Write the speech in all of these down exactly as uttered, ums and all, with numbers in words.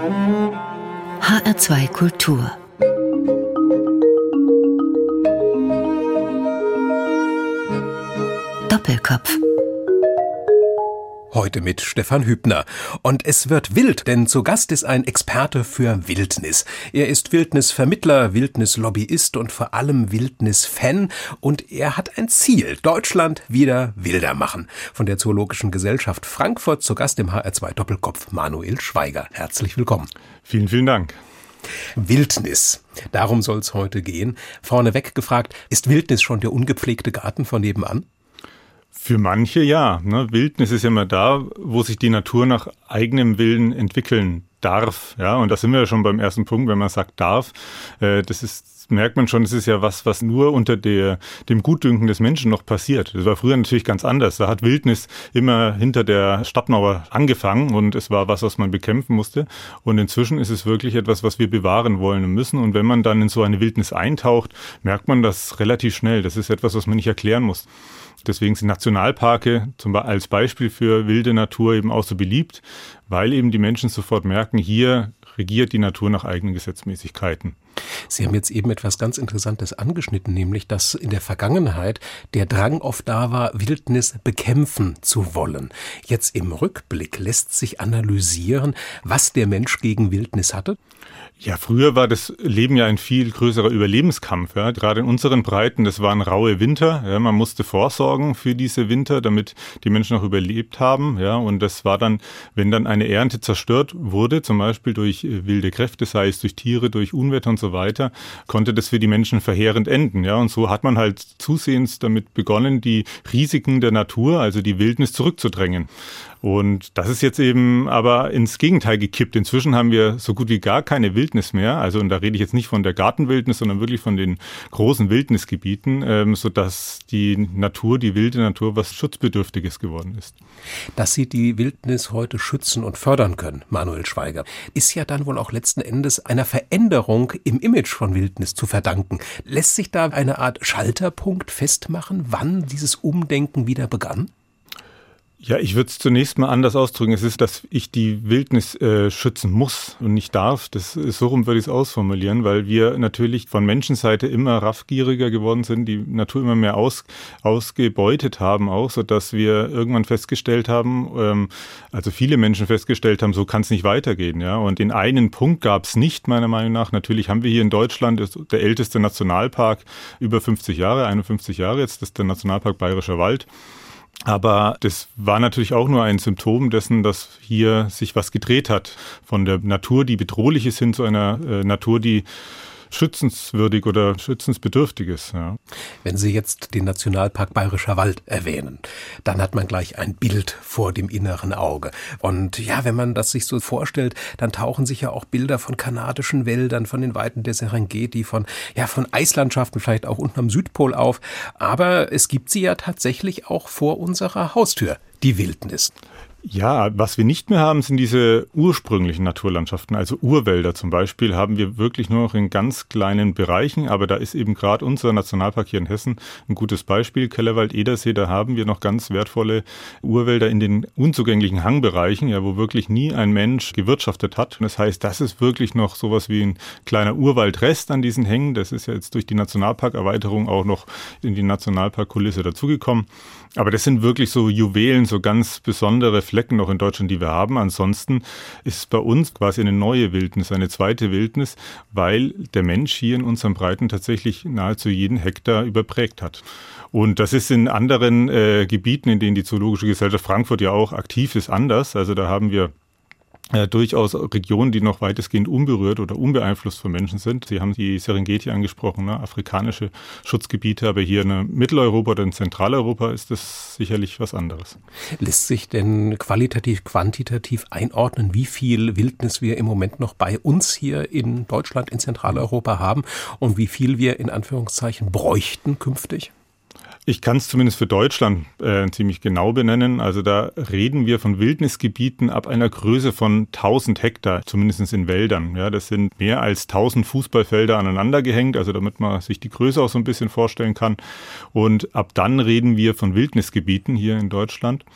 H R zwei Kultur. Doppelkopf. Heute mit Stefan Hübner. Und es wird wild, denn zu Gast ist ein Experte für Wildnis. Er ist Wildnisvermittler, Wildnislobbyist und vor allem Wildnisfan. Und er hat ein Ziel: Deutschland wieder wilder machen. Von der Zoologischen Gesellschaft Frankfurt zu Gast im H R zwei Doppelkopf Manuel Schweiger. Herzlich willkommen. Vielen, vielen Dank. Wildnis. Darum soll es heute gehen. Vorneweg gefragt, ist Wildnis schon der ungepflegte Garten von nebenan? Für manche ja. Ne? Wildnis ist ja immer da, wo sich die Natur nach eigenem Willen entwickeln darf. Ja, und da sind wir ja schon beim ersten Punkt, wenn man sagt darf. Äh, das ist merkt man schon, es ist ja was, was nur unter der, dem Gutdünken des Menschen noch passiert. Das war früher natürlich ganz anders. Da hat Wildnis immer hinter der Stadtmauer angefangen und es war was, was man bekämpfen musste. Und inzwischen ist es wirklich etwas, was wir bewahren wollen und müssen. Und wenn man dann in so eine Wildnis eintaucht, merkt man das relativ schnell. Das ist etwas, was man nicht erklären muss. Deswegen sind Nationalparke zum Beispiel als Beispiel für wilde Natur eben auch so beliebt, weil eben die Menschen sofort merken, hier regiert die Natur nach eigenen Gesetzmäßigkeiten. Sie haben jetzt eben etwas ganz Interessantes angeschnitten, nämlich, dass in der Vergangenheit der Drang oft da war, Wildnis bekämpfen zu wollen. Jetzt im Rückblick lässt sich analysieren, was der Mensch gegen Wildnis hatte? Ja, früher war das Leben ja ein viel größerer Überlebenskampf. Ja. Gerade in unseren Breiten, das waren raue Winter. Ja. Man musste vorsorgen für diese Winter, damit die Menschen auch überlebt haben. Ja. Und das war dann, wenn dann eine Ernte zerstört wurde, zum Beispiel durch wilde Kräfte, sei es durch Tiere, durch Unwetter und so weiter, konnte das für die Menschen verheerend enden. Ja. Und so hat man halt zusehends damit begonnen, die Risiken der Natur, also die Wildnis, zurückzudrängen. Und das ist jetzt eben aber ins Gegenteil gekippt. Inzwischen haben wir so gut wie gar keine Wildnis mehr. Also, und da rede ich jetzt nicht von der Gartenwildnis, sondern wirklich von den großen Wildnisgebieten, ähm, sodass die Natur, die wilde Natur, was Schutzbedürftiges geworden ist. Dass Sie die Wildnis heute schützen und fördern können, Manuel Schweiger, ist ja dann wohl auch letzten Endes einer Veränderung im Image von Wildnis zu verdanken. Lässt sich da eine Art Schalterpunkt festmachen, wann dieses Umdenken wieder begann? Ja, ich würde es zunächst mal anders ausdrücken. Es ist, dass ich die Wildnis äh, schützen muss und nicht darf. Das ist, so rum würde ich es ausformulieren, weil wir natürlich von Menschenseite immer raffgieriger geworden sind, die Natur immer mehr aus, ausgebeutet haben auch, sodass wir irgendwann festgestellt haben, ähm, also viele Menschen festgestellt haben, so kann es nicht weitergehen. Ja. Und den einen Punkt gab es nicht, meiner Meinung nach. Natürlich haben wir hier in Deutschland ist der älteste Nationalpark, über fünfzig Jahre, einundfünfzig Jahre jetzt, das ist der Nationalpark Bayerischer Wald. Aber das war natürlich auch nur ein Symptom dessen, dass hier sich was gedreht hat. Von der Natur, die bedrohlich ist, hin zu einer äh, Natur, die schützenswürdig oder schützensbedürftig ist. Ja. Wenn Sie jetzt den Nationalpark Bayerischer Wald erwähnen, dann hat man gleich ein Bild vor dem inneren Auge. Und ja, wenn man das sich so vorstellt, dann tauchen sich ja auch Bilder von kanadischen Wäldern, von den Weiten der Serengeti, von, ja, von Eislandschaften, vielleicht auch unten am Südpol auf. Aber es gibt sie ja tatsächlich auch vor unserer Haustür, die Wildnis. Ja, was wir nicht mehr haben, sind diese ursprünglichen Naturlandschaften, also Urwälder zum Beispiel, haben wir wirklich nur noch in ganz kleinen Bereichen, aber da ist eben gerade unser Nationalpark hier in Hessen ein gutes Beispiel, Kellerwald-Edersee, da haben wir noch ganz wertvolle Urwälder in den unzugänglichen Hangbereichen, ja, wo wirklich nie ein Mensch gewirtschaftet hat. Und das heißt, das ist wirklich noch sowas wie ein kleiner Urwaldrest an diesen Hängen, das ist ja jetzt durch die Nationalparkerweiterung auch noch in die Nationalparkkulisse dazugekommen. Aber das sind wirklich so Juwelen, so ganz besondere Flecken noch in Deutschland, die wir haben. Ansonsten ist es bei uns quasi eine neue Wildnis, eine zweite Wildnis, weil der Mensch hier in unseren Breiten tatsächlich nahezu jeden Hektar überprägt hat. Und das ist in anderen äh, Gebieten, in denen die Zoologische Gesellschaft Frankfurt ja auch aktiv ist, anders. Also da haben wir Äh, durchaus Regionen, die noch weitestgehend unberührt oder unbeeinflusst von Menschen sind. Sie haben die Serengeti angesprochen, ne? Afrikanische Schutzgebiete, aber hier in Mitteleuropa oder in Zentraleuropa ist das sicherlich was anderes. Lässt sich denn qualitativ, quantitativ einordnen, wie viel Wildnis wir im Moment noch bei uns hier in Deutschland, in Zentraleuropa haben und wie viel wir in Anführungszeichen bräuchten künftig? Ich kann es zumindest für Deutschland äh, ziemlich genau benennen. Also da reden wir von Wildnisgebieten ab einer Größe von tausend Hektar, zumindest in Wäldern. Ja, das sind mehr als tausend Fußballfelder aneinander gehängt, also damit man sich die Größe auch so ein bisschen vorstellen kann. Und ab dann reden wir von Wildnisgebieten hier in Deutschland.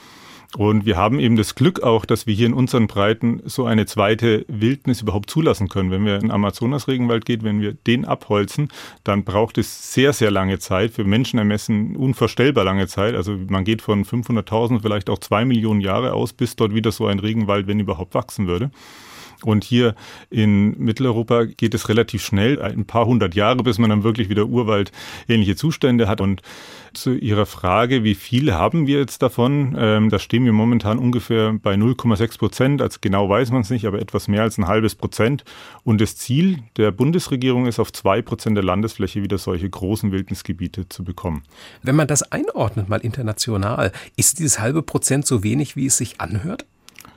Und wir haben eben das Glück auch, dass wir hier in unseren Breiten so eine zweite Wildnis überhaupt zulassen können. Wenn wir in den Amazonas-Regenwald gehen, wenn wir den abholzen, dann braucht es sehr, sehr lange Zeit, für Menschen ermessen unvorstellbar lange Zeit. Also man geht von fünfhunderttausend, vielleicht auch zwei Millionen Jahre aus, bis dort wieder so ein Regenwald, wenn überhaupt, wachsen würde. Und hier in Mitteleuropa geht es relativ schnell, ein paar hundert Jahre, bis man dann wirklich wieder urwaldähnliche Zustände hat. Und zu Ihrer Frage, wie viel haben wir jetzt davon? Ähm, da stehen wir momentan ungefähr bei null Komma sechs Prozent. Also genau weiß man es nicht, aber etwas mehr als ein halbes Prozent. Und das Ziel der Bundesregierung ist, auf zwei Prozent der Landesfläche wieder solche großen Wildnisgebiete zu bekommen. Wenn man das einordnet, mal international, ist dieses halbe Prozent so wenig, wie es sich anhört?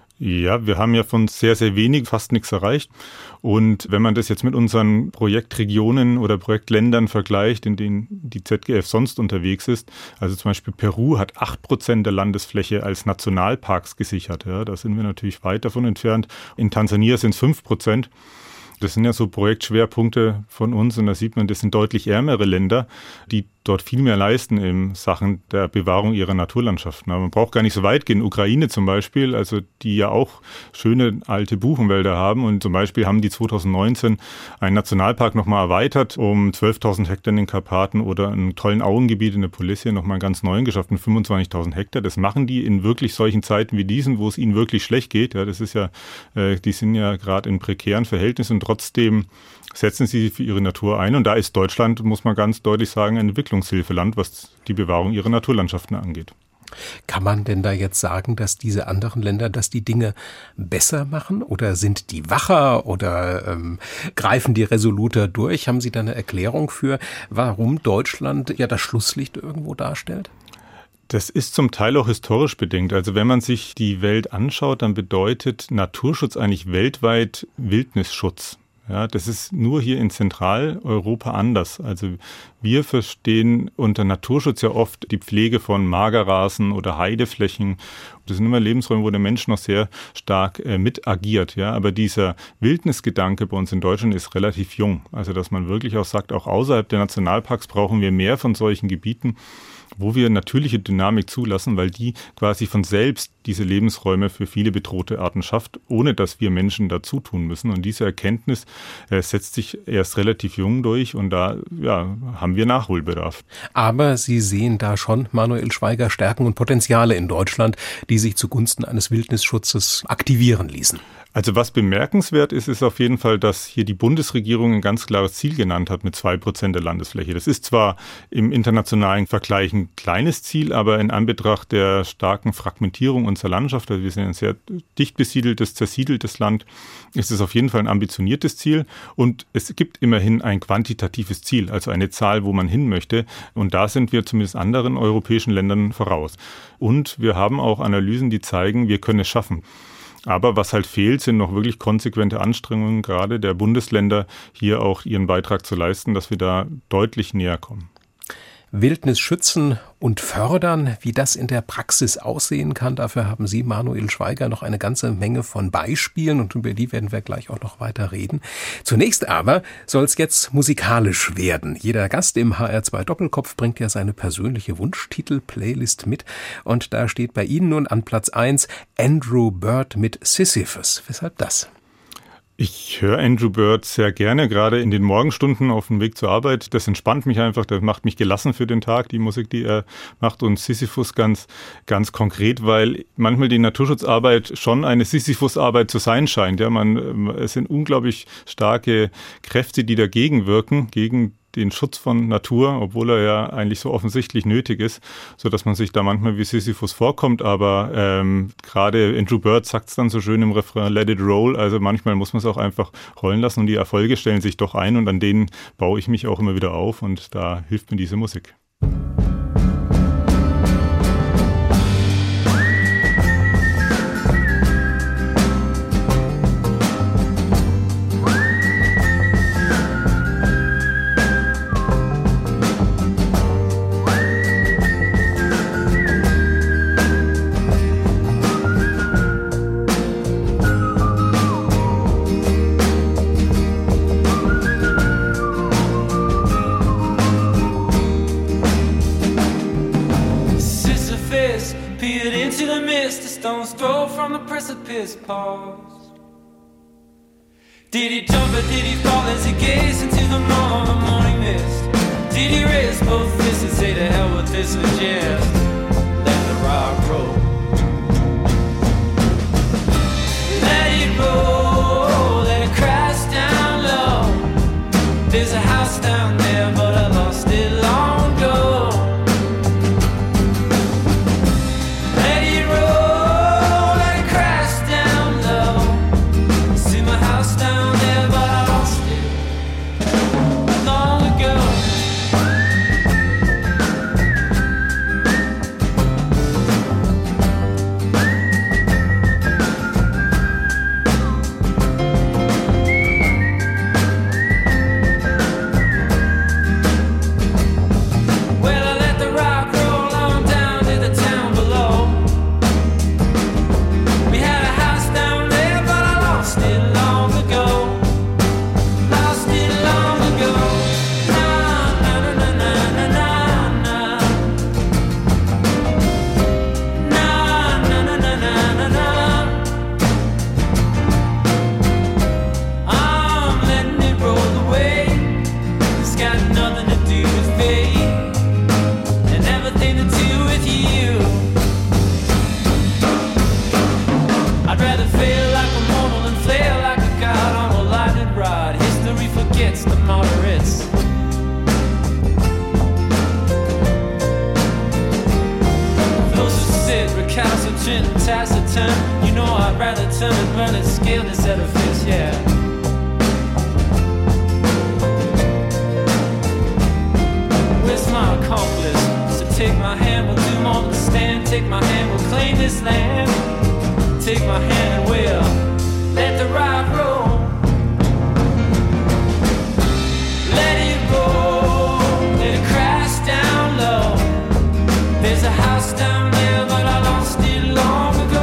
Ja, wir haben ja von sehr, sehr wenig fast nichts erreicht. Und wenn man das jetzt mit unseren Projektregionen oder Projektländern vergleicht, in denen die Z G F sonst unterwegs ist, also zum Beispiel Peru hat acht Prozent der Landesfläche als Nationalparks gesichert. Ja, da sind wir natürlich weit davon entfernt. In Tansania sind es fünf Prozent. Das sind ja so Projektschwerpunkte von uns und da sieht man, das sind deutlich ärmere Länder, die dort viel mehr leisten in Sachen der Bewahrung ihrer Naturlandschaften. Aber man braucht gar nicht so weit gehen. Ukraine zum Beispiel, also die ja auch schöne alte Buchenwälder haben und zum Beispiel haben die zweitausendneunzehn einen Nationalpark nochmal erweitert um zwölftausend Hektar in den Karpaten oder einen tollen Auengebiet in der Polesien nochmal einen ganz neuen geschaffen mit fünfundzwanzigtausend Hektar. Das machen die in wirklich solchen Zeiten wie diesen, wo es ihnen wirklich schlecht geht. Ja, das ist ja, äh, die sind ja gerade in prekären Verhältnissen und trotzdem setzen sie für ihre Natur ein. Und da ist Deutschland, muss man ganz deutlich sagen, ein Entwicklungshilfeland, was die Bewahrung ihrer Naturlandschaften angeht. Kann man denn da jetzt sagen, dass diese anderen Länder, dass die Dinge besser machen? Oder sind die wacher oder ähm, greifen die resoluter durch? Haben Sie da eine Erklärung für, warum Deutschland ja das Schlusslicht irgendwo darstellt? Das ist zum Teil auch historisch bedingt. Also wenn man sich die Welt anschaut, dann bedeutet Naturschutz eigentlich weltweit Wildnisschutz. Ja, das ist nur hier in Zentraleuropa anders. Also wir verstehen unter Naturschutz ja oft die Pflege von Magerrasen oder Heideflächen. Das sind immer Lebensräume, wo der Mensch noch sehr stark äh, mit agiert. Ja, aber dieser Wildnisgedanke bei uns in Deutschland ist relativ jung. Also dass man wirklich auch sagt, auch außerhalb der Nationalparks brauchen wir mehr von solchen Gebieten, wo wir natürliche Dynamik zulassen, weil die quasi von selbst diese Lebensräume für viele bedrohte Arten schafft, ohne dass wir Menschen dazu tun müssen. Und diese Erkenntnis äh, setzt sich erst relativ jung durch und da ja, haben wir Nachholbedarf. Aber Sie sehen da schon, Manuel Schwaiger, Stärken und Potenziale in Deutschland, die sich zugunsten eines Wildnisschutzes aktivieren ließen. Also was bemerkenswert ist, ist auf jeden Fall, dass hier die Bundesregierung ein ganz klares Ziel genannt hat mit zwei Prozent der Landesfläche. Das ist zwar im internationalen Vergleich ein kleines Ziel, aber in Anbetracht der starken Fragmentierung unserer Landschaft, also wir sind ein sehr dicht besiedeltes, zersiedeltes Land, ist es auf jeden Fall ein ambitioniertes Ziel. Und es gibt immerhin ein quantitatives Ziel, also eine Zahl, wo man hin möchte. Und da sind wir zumindest anderen europäischen Ländern voraus. Und wir haben auch Analysen, die zeigen, wir können es schaffen. Aber was halt fehlt, sind noch wirklich konsequente Anstrengungen, gerade der Bundesländer, hier auch ihren Beitrag zu leisten, dass wir da deutlich näher kommen. Wildnis schützen und fördern, wie das in der Praxis aussehen kann. Dafür haben Sie, Manuel Schwaiger, noch eine ganze Menge von Beispielen und über die werden wir gleich auch noch weiter reden. Zunächst aber soll es jetzt musikalisch werden. Jeder Gast im H R zwei Doppelkopf bringt ja seine persönliche Wunschtitel-Playlist mit und da steht bei Ihnen nun an Platz eins Andrew Bird mit Sisyphus. Weshalb das? Ich höre Andrew Bird sehr gerne, gerade in den Morgenstunden auf dem Weg zur Arbeit. Das entspannt mich einfach, das macht mich gelassen für den Tag, die Musik, die er macht. Und Sisyphus ganz, ganz konkret, weil manchmal die Naturschutzarbeit schon eine Sisyphus-Arbeit zu sein scheint. Ja, man, es sind unglaublich starke Kräfte, die dagegen wirken, gegen den Schutz von Natur, obwohl er ja eigentlich so offensichtlich nötig ist, so dass man sich da manchmal wie Sisyphus vorkommt. Aber ähm, gerade Andrew Bird sagt es dann so schön im Refrain, let it roll. Also manchmal muss man es auch einfach rollen lassen und die Erfolge stellen sich doch ein und an denen baue ich mich auch immer wieder auf und da hilft mir diese Musik. precipice paused. Did he jump or did he fall as he gazed into the morning mist? Did he raise both fists and say to hell with this and just let the rock roll? Let it roll, let it crash down low. There's a house down there but I lost it long ago. Let it roll, let it crash down low. See my house down there but I lost it long ago. You know I'd rather turn and run and scale this edifice, yeah. Where's my accomplice? So take my hand, we'll do more than stand. Take my hand, we'll claim this land. Take my hand and we'll let the ride roll. Let it roll, let it crash down low. There's a house down there but I lost it long ago.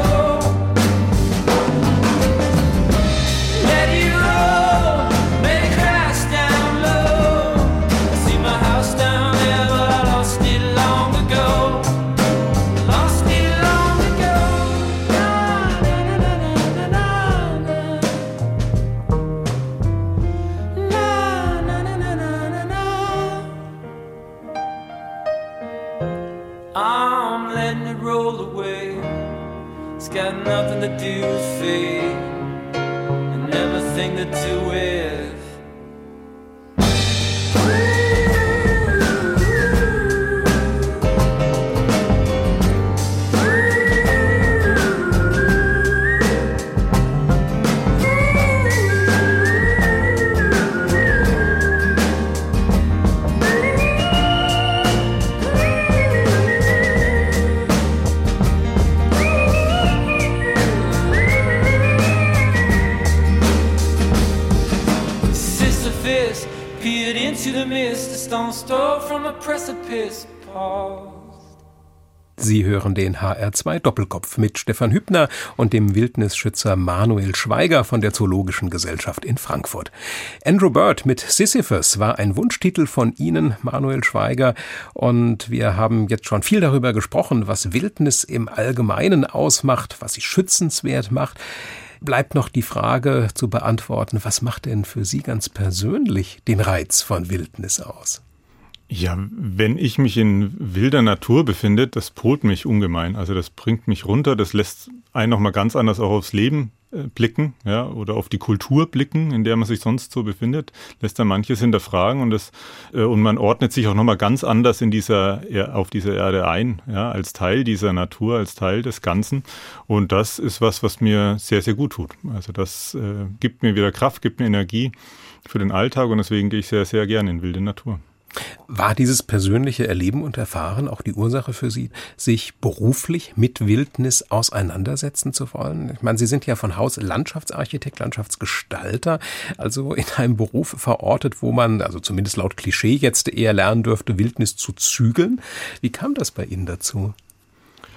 Got nothing to do with fate and everything to do with Sie hören den H R zwei Doppelkopf mit Stefan Hübner und dem Wildnisschützer Manuel Schweiger von der Zoologischen Gesellschaft in Frankfurt. Andrew Bird mit Sisyphus war ein Wunschtitel von Ihnen, Manuel Schweiger, und wir haben jetzt schon viel darüber gesprochen, was Wildnis im Allgemeinen ausmacht, was sie schützenswert macht. Bleibt noch die Frage zu beantworten, was macht denn für Sie ganz persönlich den Reiz von Wildnis aus? Ja, wenn ich mich in wilder Natur befinde, das polt mich ungemein. Also das bringt mich runter, das lässt einen nochmal ganz anders auch aufs Leben äh, blicken, ja, oder auf die Kultur blicken, in der man sich sonst so befindet, lässt dann manches hinterfragen und das äh, und man ordnet sich auch nochmal ganz anders in dieser auf dieser Erde ein, ja, als Teil dieser Natur, als Teil des Ganzen. Und das ist was, was mir sehr, sehr gut tut. Also das äh, gibt mir wieder Kraft, gibt mir Energie für den Alltag und deswegen gehe ich sehr, sehr gerne in wilde Natur. War dieses persönliche Erleben und Erfahren auch die Ursache für Sie, sich beruflich mit Wildnis auseinandersetzen zu wollen? Ich meine, Sie sind ja von Haus Landschaftsarchitekt, Landschaftsgestalter, also in einem Beruf verortet, wo man, also zumindest laut Klischee jetzt eher lernen dürfte, Wildnis zu zügeln. Wie kam das bei Ihnen dazu?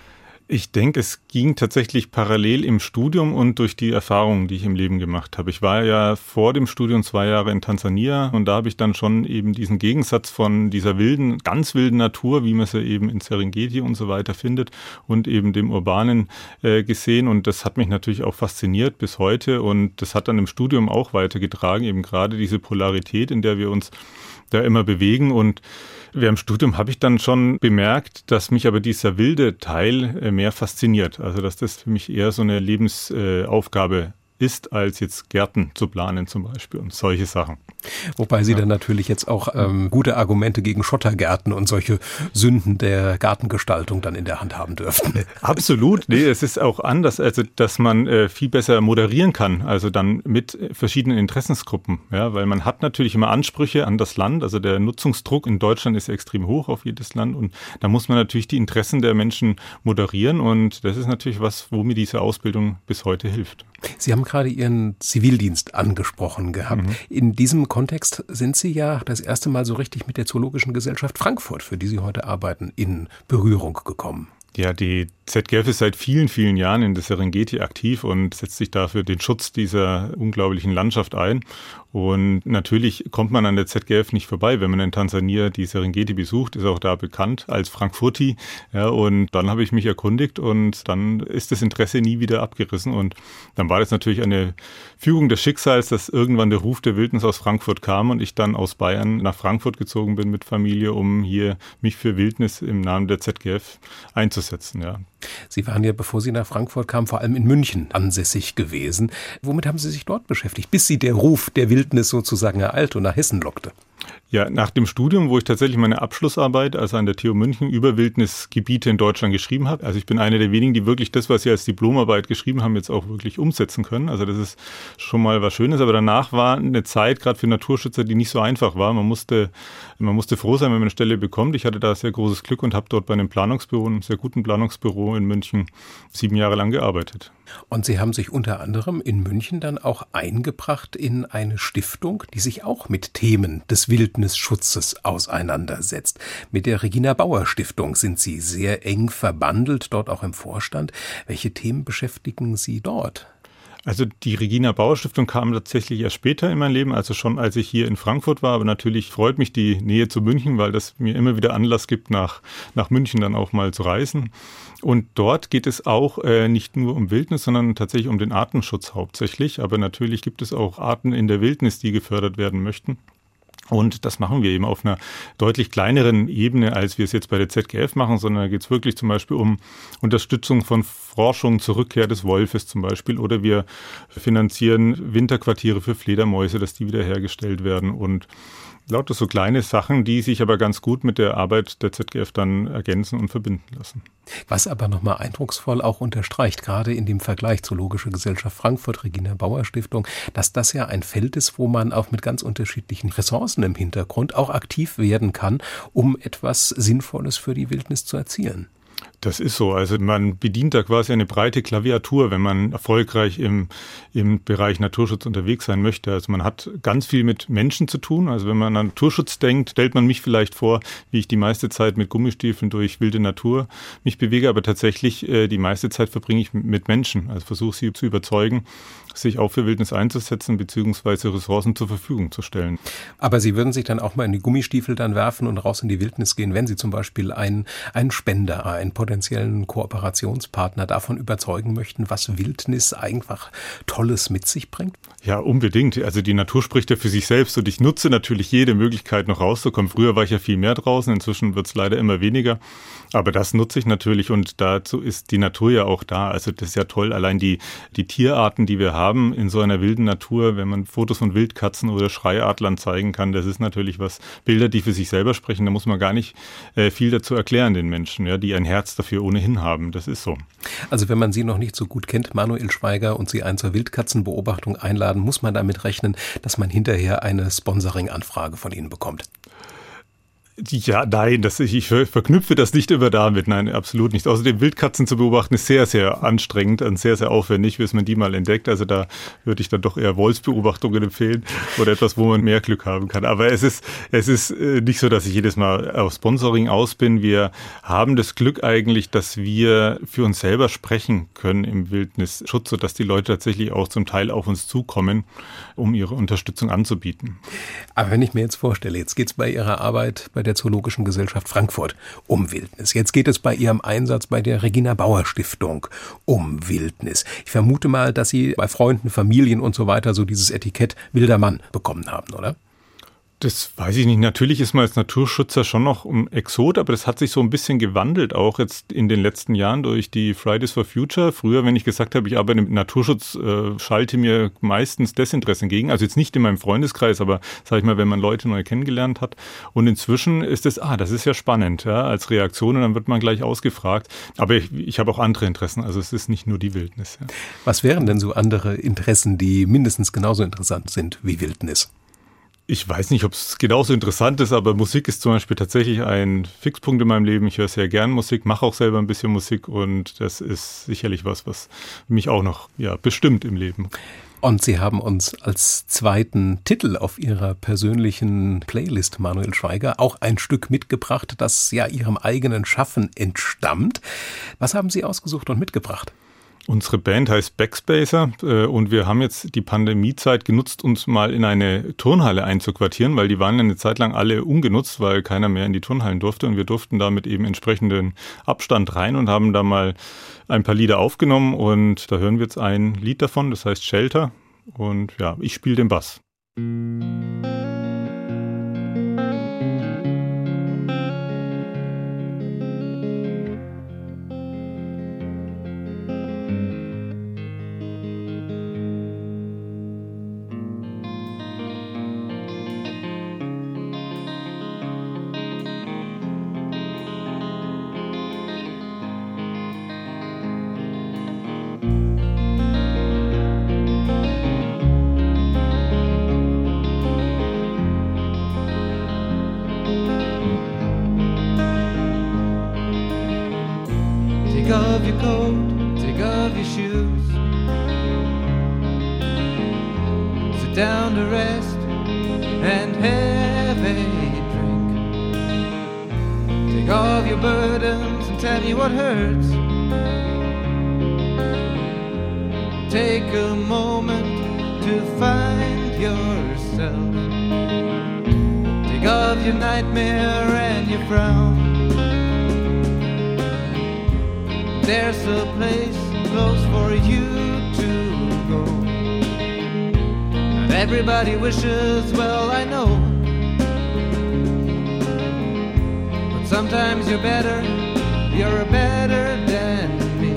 Ich denke, es ging tatsächlich parallel im Studium und durch die Erfahrungen, die ich im Leben gemacht habe. Ich war ja vor dem Studium zwei Jahre in Tansania und da habe ich dann schon eben diesen Gegensatz von dieser wilden, ganz wilden Natur, wie man sie eben in Serengeti und so weiter findet, und eben dem Urbanen äh, gesehen. Und das hat mich natürlich auch fasziniert bis heute und das hat dann im Studium auch weitergetragen, eben gerade diese Polarität, in der wir uns da immer bewegen. Und während dem Studium habe ich dann schon bemerkt, dass mich aber dieser wilde Teil mehr fasziniert. Also dass das für mich eher so eine Lebensaufgabe ist, als jetzt Gärten zu planen zum Beispiel und solche Sachen. Wobei Sie ja. dann natürlich jetzt auch ähm, gute Argumente gegen Schottergärten und solche Sünden der Gartengestaltung dann in der Hand haben dürften. Absolut. Nee, es ist auch anders, also dass man äh, viel besser moderieren kann, also dann mit verschiedenen Interessensgruppen. Ja, weil man hat natürlich immer Ansprüche an das Land, also der Nutzungsdruck in Deutschland ist extrem hoch auf jedes Land und da muss man natürlich die Interessen der Menschen moderieren und das ist natürlich was, wo mir diese Ausbildung bis heute hilft. Sie haben gerade Ihren Zivildienst angesprochen gehabt. Mhm. In diesem Kontext sind Sie ja das erste Mal so richtig mit der Zoologischen Gesellschaft Frankfurt, für die Sie heute arbeiten, in Berührung gekommen. Ja, die Z G F ist seit vielen, vielen Jahren in der Serengeti aktiv und setzt sich dafür den Schutz dieser unglaublichen Landschaft ein. Und natürlich kommt man an der Z G F nicht vorbei, wenn man in Tansania die Serengeti besucht, ist auch da bekannt als Frankfurti. Ja, und dann habe ich mich erkundigt und dann ist das Interesse nie wieder abgerissen. Und dann war das natürlich eine Fügung des Schicksals, dass irgendwann der Ruf der Wildnis aus Frankfurt kam und ich dann aus Bayern nach Frankfurt gezogen bin mit Familie, um hier mich für Wildnis im Namen der Z G F einzusetzen. Ja. Sie waren ja, bevor Sie nach Frankfurt kamen, vor allem in München ansässig gewesen. Womit haben Sie sich dort beschäftigt, bis Sie der Ruf der Wildnis sozusagen ereilte und nach Hessen lockte? Ja, nach dem Studium, wo ich tatsächlich meine Abschlussarbeit, also an der T U München, über Wildnisgebiete in Deutschland geschrieben habe. Also ich bin einer der wenigen, die wirklich das, was sie als Diplomarbeit geschrieben haben, jetzt auch wirklich umsetzen können. Also das ist schon mal was Schönes. Aber danach war eine Zeit, gerade für Naturschützer, die nicht so einfach war. Man musste, man musste froh sein, wenn man eine Stelle bekommt. Ich hatte da sehr großes Glück und habe dort bei einem Planungsbüro, einem sehr guten Planungsbüro in München, sieben Jahre lang gearbeitet. Und Sie haben sich unter anderem in München dann auch eingebracht in eine Stiftung, die sich auch mit Themen des Wildnisschutzes auseinandersetzt. Mit der Regina Bauer Stiftung sind Sie sehr eng verbandelt, dort auch im Vorstand. Welche Themen beschäftigen Sie dort? Also die Regina Bauer Stiftung kam tatsächlich erst später in mein Leben, also schon als ich hier in Frankfurt war. Aber natürlich freut mich die Nähe zu München, weil das mir immer wieder Anlass gibt, nach, nach München dann auch mal zu reisen. Und dort geht es auch äh, nicht nur um Wildnis, sondern tatsächlich um den Artenschutz hauptsächlich. Aber natürlich gibt es auch Arten in der Wildnis, die gefördert werden möchten. Und das machen wir eben auf einer deutlich kleineren Ebene, als wir es jetzt bei der Z G F machen, sondern da geht es wirklich zum Beispiel um Unterstützung von Forschung zur Rückkehr des Wolfes zum Beispiel. Oder wir finanzieren Winterquartiere für Fledermäuse, dass die wiederhergestellt werden und lauter so kleine Sachen, die sich aber ganz gut mit der Arbeit der Z G F dann ergänzen und verbinden lassen. Was aber nochmal eindrucksvoll auch unterstreicht, gerade in dem Vergleich Zoologische Gesellschaft Frankfurt, Regina Bauer Stiftung, dass das ja ein Feld ist, wo man auch mit ganz unterschiedlichen Ressourcen im Hintergrund auch aktiv werden kann, um etwas Sinnvolles für die Wildnis zu erzielen. Das ist so. Also man bedient da quasi eine breite Klaviatur, wenn man erfolgreich im, im Bereich Naturschutz unterwegs sein möchte. Also man hat ganz viel mit Menschen zu tun. Also wenn man an Naturschutz denkt, stellt man mich vielleicht vor, wie ich die meiste Zeit mit Gummistiefeln durch wilde Natur mich bewege. Aber tatsächlich äh, die meiste Zeit verbringe ich mit Menschen. Also versuche sie zu überzeugen, sich auch für Wildnis einzusetzen beziehungsweise Ressourcen zur Verfügung zu stellen. Aber Sie würden sich dann auch mal in die Gummistiefel dann werfen und raus in die Wildnis gehen, wenn Sie zum Beispiel einen, einen Spender, einen potenziellen Kooperationspartner davon überzeugen möchten, was Wildnis einfach Tolles mit sich bringt? Ja, unbedingt. Also die Natur spricht ja für sich selbst und ich nutze natürlich jede Möglichkeit, noch rauszukommen. Früher war ich ja viel mehr draußen, inzwischen wird es leider immer weniger. Aber das nutze ich natürlich und dazu ist die Natur ja auch da. Also das ist ja toll, allein die, die Tierarten, die wir haben in so einer wilden Natur, wenn man Fotos von Wildkatzen oder Schreiadlern zeigen kann, das ist natürlich was, Bilder, die für sich selber sprechen, da muss man gar nicht äh, viel dazu erklären den Menschen, ja, die ein Herz dafür ohnehin haben. Das ist so. Also wenn man Sie noch nicht so gut kennt, Manuel Schweiger, und Sie einen zur Wildkatzenbeobachtung einladen, muss man damit rechnen, dass man hinterher eine Sponsoring-Anfrage von Ihnen bekommt. Ja, nein, das, ich, ich verknüpfe das nicht immer damit. Nein, absolut nicht. Außerdem Wildkatzen zu beobachten ist sehr, sehr anstrengend und sehr, sehr aufwendig, bis man die mal entdeckt. Also da würde ich dann doch eher Wolfsbeobachtungen empfehlen oder etwas, wo man mehr Glück haben kann. Aber es ist, es ist nicht so, dass ich jedes Mal auf Sponsoring aus bin. Wir haben das Glück eigentlich, dass wir für uns selber sprechen können im Wildnisschutz, sodass die Leute tatsächlich auch zum Teil auf uns zukommen, um ihre Unterstützung anzubieten. Aber wenn ich mir jetzt vorstelle, jetzt geht es bei Ihrer Arbeit bei der Zoologischen Gesellschaft Frankfurt um Wildnis. Jetzt geht es bei Ihrem Einsatz bei der Regina Bauer Stiftung um Wildnis. Ich vermute mal, dass Sie bei Freunden, Familien und so weiter so dieses Etikett wilder Mann bekommen haben, oder? Das weiß ich nicht. Natürlich ist man als Naturschützer schon noch ein Exot, aber das hat sich so ein bisschen gewandelt, auch jetzt in den letzten Jahren durch die Fridays for Future. Früher, wenn ich gesagt habe, ich arbeite mit Naturschutz, äh, schalte mir meistens Desinteresse entgegen. Also jetzt nicht in meinem Freundeskreis, aber sag ich mal, wenn man Leute neu kennengelernt hat. Und inzwischen ist es, ah, das ist ja spannend, ja, als Reaktion, und dann wird man gleich ausgefragt. Aber ich, ich habe auch andere Interessen, also es ist nicht nur die Wildnis. Ja. Was wären denn so andere Interessen, die mindestens genauso interessant sind wie Wildnis? Ich weiß nicht, ob es genauso interessant ist, aber Musik ist zum Beispiel tatsächlich ein Fixpunkt in meinem Leben. Ich höre sehr gern Musik, mache auch selber ein bisschen Musik und das ist sicherlich was, was mich auch noch ja, bestimmt im Leben. Und Sie haben uns als zweiten Titel auf Ihrer persönlichen Playlist, Manuel Schweiger, auch ein Stück mitgebracht, das ja Ihrem eigenen Schaffen entstammt. Was haben Sie ausgesucht und mitgebracht? Unsere Band heißt Backspacer und wir haben jetzt die Pandemiezeit genutzt, uns mal in eine Turnhalle einzuquartieren, weil die waren eine Zeit lang alle ungenutzt, weil keiner mehr in die Turnhallen durfte und wir durften da mit eben entsprechenden Abstand rein und haben da mal ein paar Lieder aufgenommen und da hören wir jetzt ein Lied davon, das heißt Shelter und ja, ich spiele den Bass. Take off your coat, take off your shoes. Sit down to rest and have a drink. Take off your burdens and tell me what hurts. Take a moment to find yourself. Take off your nightmare and your frown. There's a place close for you to go. Not everybody wishes well, I know. But sometimes you're better, you're better than me.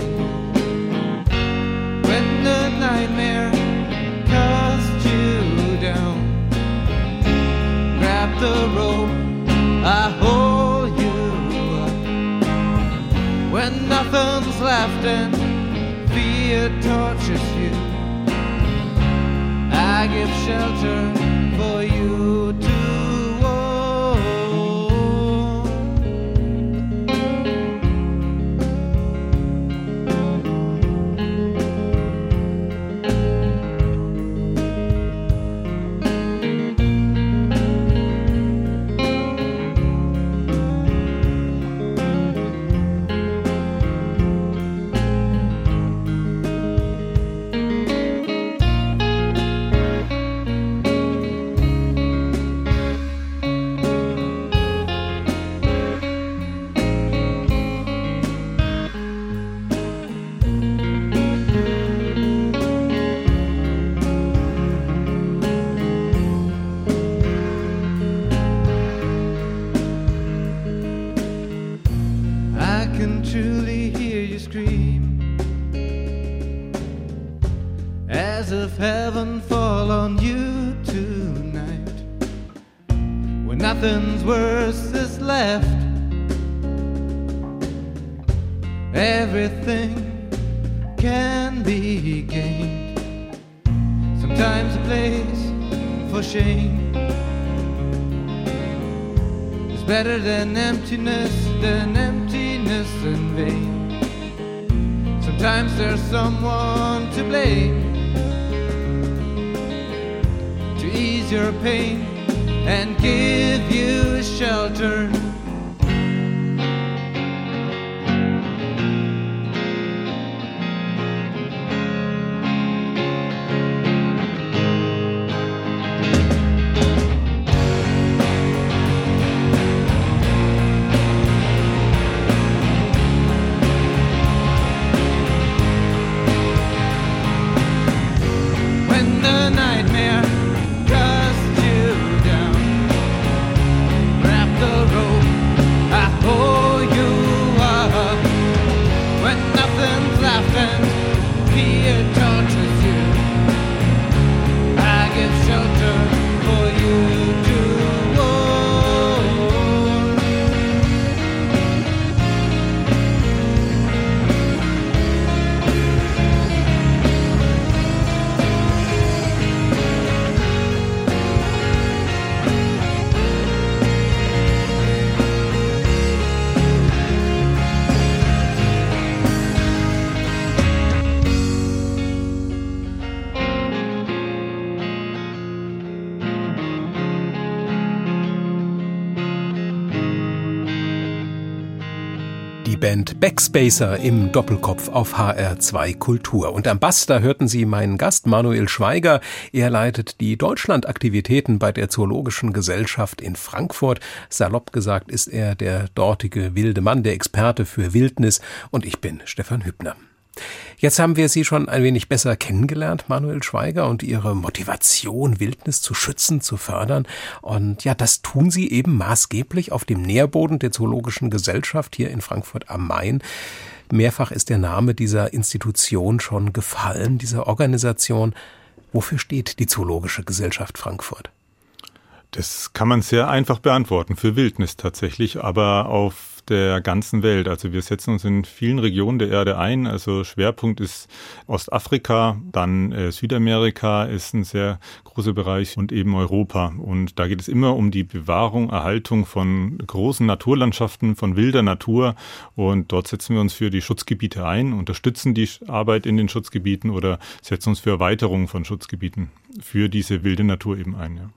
When the nightmare casts you down, grab the rope, I hold you up. When nothing's left and fear tortures you, I give shelter for you to truly hear you scream, as if heaven fall on you tonight, when nothing's worse is left. Everything can be gained, sometimes a place for shame is better than emptiness, than emptiness in vain. Sometimes there's someone to blame to ease your pain and give you shelter. Band Backspacer im Doppelkopf auf H R zwei Kultur. Und am Bass, da hörten Sie meinen Gast Manuel Schweiger. Er leitet die Deutschlandaktivitäten bei der Zoologischen Gesellschaft in Frankfurt. Salopp gesagt ist er der dortige wilde Mann, der Experte für Wildnis. Und ich bin Stefan Hübner. Jetzt haben wir Sie schon ein wenig besser kennengelernt, Manuel Schweiger, und Ihre Motivation, Wildnis zu schützen, zu fördern. Und ja, das tun Sie eben maßgeblich auf dem Nährboden der Zoologischen Gesellschaft hier in Frankfurt am Main. Mehrfach ist der Name dieser Institution schon gefallen, dieser Organisation. Wofür steht die Zoologische Gesellschaft Frankfurt? Das kann man sehr einfach beantworten, für Wildnis tatsächlich, aber auf der ganzen Welt. Also wir setzen uns in vielen Regionen der Erde ein. Also Schwerpunkt ist Ostafrika, dann äh, Südamerika ist ein sehr großer Bereich und eben Europa. Und da geht es immer um die Bewahrung, Erhaltung von großen Naturlandschaften, von wilder Natur. Und dort setzen wir uns für die Schutzgebiete ein, unterstützen die Arbeit in den Schutzgebieten oder setzen uns für Erweiterungen von Schutzgebieten für diese wilde Natur eben ein. Ja.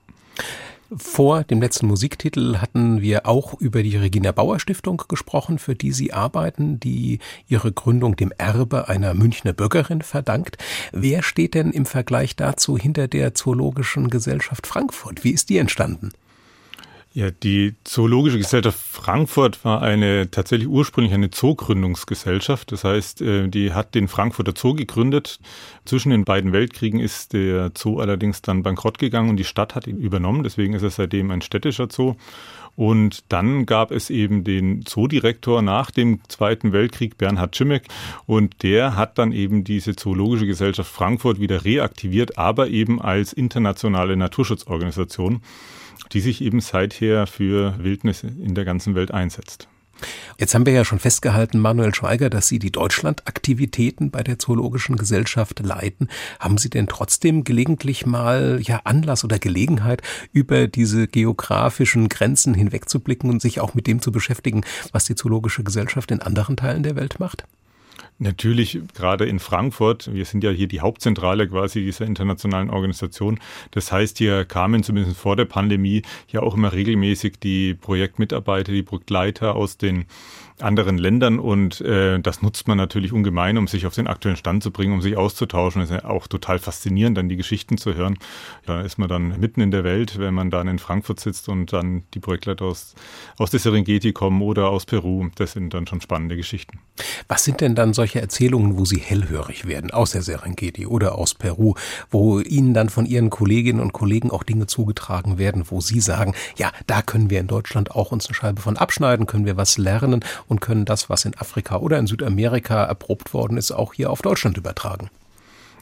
Vor dem letzten Musiktitel hatten wir auch über die Regina Bauer Stiftung gesprochen, für die Sie arbeiten, die ihre Gründung dem Erbe einer Münchner Bürgerin verdankt. Wer steht denn im Vergleich dazu hinter der Zoologischen Gesellschaft Frankfurt? Wie ist die entstanden? Ja, die Zoologische Gesellschaft Frankfurt war eine tatsächlich ursprünglich eine Zoogründungsgesellschaft. Das heißt, die hat den Frankfurter Zoo gegründet. Zwischen den beiden Weltkriegen ist der Zoo allerdings dann bankrott gegangen und die Stadt hat ihn übernommen. Deswegen ist er seitdem ein städtischer Zoo. Und dann gab es eben den Zoodirektor nach dem Zweiten Weltkrieg, Bernhard Schimmeck. Und der hat dann eben diese Zoologische Gesellschaft Frankfurt wieder reaktiviert, aber eben als internationale Naturschutzorganisation, die sich eben seither für Wildnis in der ganzen Welt einsetzt. Jetzt haben wir ja schon festgehalten, Manuel Schweiger, dass Sie die Deutschlandaktivitäten bei der Zoologischen Gesellschaft leiten. Haben Sie denn trotzdem gelegentlich mal ja Anlass oder Gelegenheit, über diese geografischen Grenzen hinwegzublicken und sich auch mit dem zu beschäftigen, was die Zoologische Gesellschaft in anderen Teilen der Welt macht? Natürlich, gerade in Frankfurt, wir sind ja hier die Hauptzentrale quasi dieser internationalen Organisation. Das heißt, hier kamen zumindest vor der Pandemie ja auch immer regelmäßig die Projektmitarbeiter, die Projektleiter aus den anderen Ländern und äh, das nutzt man natürlich ungemein, um sich auf den aktuellen Stand zu bringen, um sich auszutauschen. Das ist ja auch total faszinierend, dann die Geschichten zu hören. Da ist man dann mitten in der Welt, wenn man dann in Frankfurt sitzt und dann die Projektleiter aus, aus der Serengeti kommen oder aus Peru. Das sind dann schon spannende Geschichten. Was sind denn dann solche Erzählungen, wo Sie hellhörig werden, aus der Serengeti oder aus Peru, wo Ihnen dann von Ihren Kolleginnen und Kollegen auch Dinge zugetragen werden, wo Sie sagen, ja, da können wir in Deutschland auch uns eine Scheibe von abschneiden, können wir was lernen und können das, was in Afrika oder in Südamerika erprobt worden ist, auch hier auf Deutschland übertragen?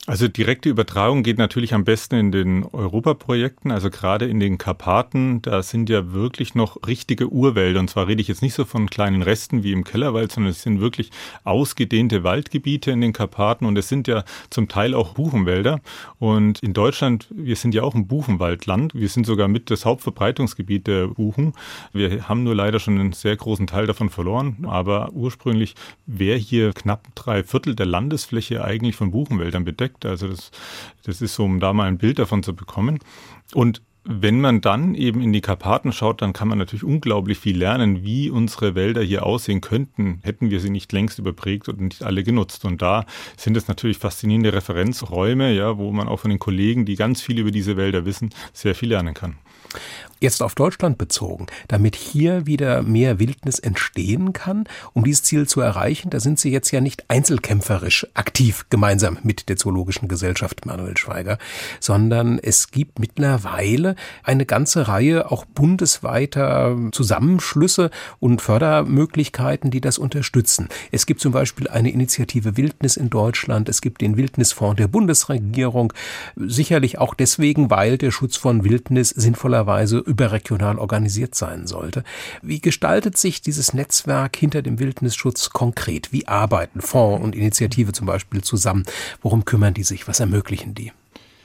Also direkte Übertragung geht natürlich am besten in den Europaprojekten, also gerade in den Karpaten. Da sind ja wirklich noch richtige Urwälder. Und zwar rede ich jetzt nicht so von kleinen Resten wie im Kellerwald, sondern es sind wirklich ausgedehnte Waldgebiete in den Karpaten. Und es sind ja zum Teil auch Buchenwälder. Und in Deutschland, wir sind ja auch ein Buchenwaldland. Wir sind sogar mit das Hauptverbreitungsgebiet der Buchen. Wir haben nur leider schon einen sehr großen Teil davon verloren. Aber ursprünglich wäre hier knapp drei Viertel der Landesfläche eigentlich von Buchenwäldern bedeckt. Also das, das ist so, um da mal ein Bild davon zu bekommen. Und wenn man dann eben in die Karpaten schaut, dann kann man natürlich unglaublich viel lernen, wie unsere Wälder hier aussehen könnten, hätten wir sie nicht längst überprägt und nicht alle genutzt. Und da sind es natürlich faszinierende Referenzräume, ja, wo man auch von den Kollegen, die ganz viel über diese Wälder wissen, sehr viel lernen kann. Jetzt auf Deutschland bezogen, damit hier wieder mehr Wildnis entstehen kann, um dieses Ziel zu erreichen, da sind Sie jetzt ja nicht einzelkämpferisch aktiv gemeinsam mit der Zoologischen Gesellschaft, Manuel Schweiger, sondern es gibt mittlerweile eine ganze Reihe auch bundesweiter Zusammenschlüsse und Fördermöglichkeiten, die das unterstützen. Es gibt zum Beispiel eine Initiative Wildnis in Deutschland, es gibt den Wildnisfonds der Bundesregierung, sicherlich auch deswegen, weil der Schutz von Wildnis sinnvollerweise überregional organisiert sein sollte. Wie gestaltet sich dieses Netzwerk hinter dem Wildnisschutz konkret? Wie arbeiten Fonds und Initiative zum Beispiel zusammen? Worum kümmern die sich? Was ermöglichen die?